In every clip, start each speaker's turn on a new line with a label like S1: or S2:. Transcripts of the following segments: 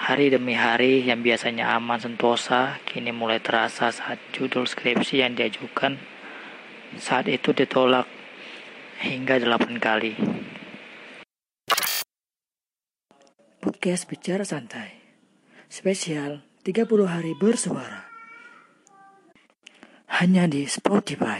S1: Hari demi hari yang biasanya aman sentosa, kini mulai terasa saat judul skripsi yang diajukan saat itu ditolak hingga 8 kali.
S2: Podcast Bicara Santai Spesial 30 hari bersuara hanya di Spotify.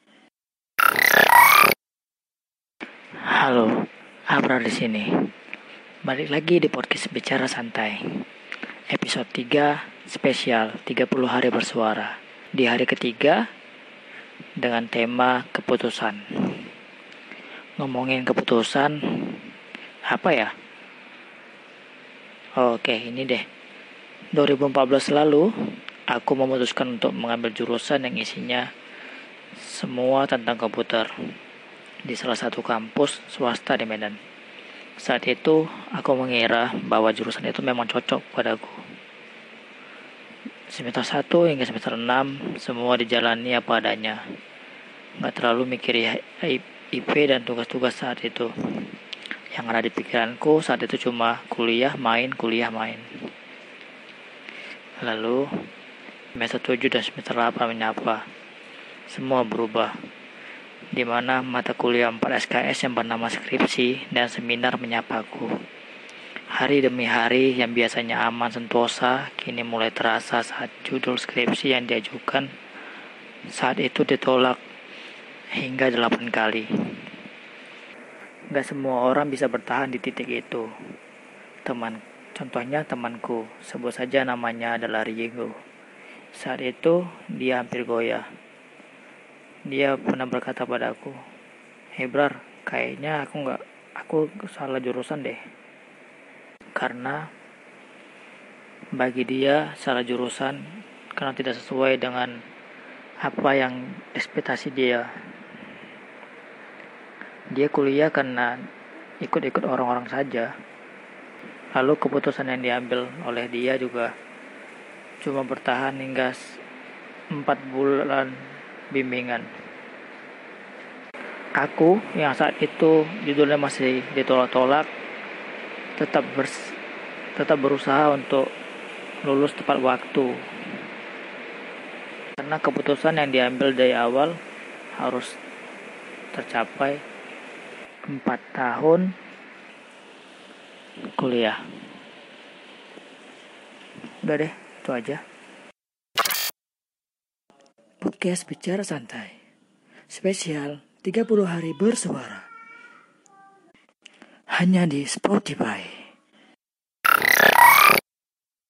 S1: Halo, Abrar di sini. Balik lagi di podcast Bicara Santai. Episode 3 spesial 30 hari bersuara. Di hari ketiga dengan tema keputusan. Ngomongin keputusan apa ya? Oke, ini deh. 2014 lalu, aku memutuskan untuk mengambil jurusan yang isinya semua tentang komputer di salah satu kampus swasta di Medan. Saat itu, aku mengira bahwa jurusan itu memang cocok padaku. Semester 1 hingga semester 6, semua dijalani apa adanya. Nggak terlalu mikir IP dan tugas-tugas saat itu. Yang ada di pikiranku saat itu cuma kuliah main. Lalu, semester 7 dan semester 8 menyapa. Semua berubah. Di mana mata kuliah 4 SKS yang bernama skripsi dan seminar menyapaku. Hari demi hari yang biasanya aman sentosa, kini mulai terasa saat judul skripsi yang diajukan saat itu ditolak hingga 8 kali. Gak semua orang bisa bertahan di titik itu. Contohnya temanku, sebut saja namanya adalah Riego. Saat itu dia hampir goyah. Dia pernah berkata padaku, "Hey Brar, kayaknya aku salah jurusan deh." Karena bagi dia salah jurusan karena tidak sesuai dengan apa yang ekspektasi dia. Dia kuliah karena ikut-ikut orang-orang saja. Lalu keputusan yang diambil oleh dia juga cuma bertahan hingga 4 bulan bimbingan. Aku yang saat itu judulnya masih ditolak-tolak tetap berusaha untuk lulus tepat waktu. Karena keputusan yang diambil dari awal harus tercapai 4 tahun kuliah. Udah deh, itu aja.
S2: Podcast Bicara Santai Spesial 30 hari bersuara hanya di Spotify.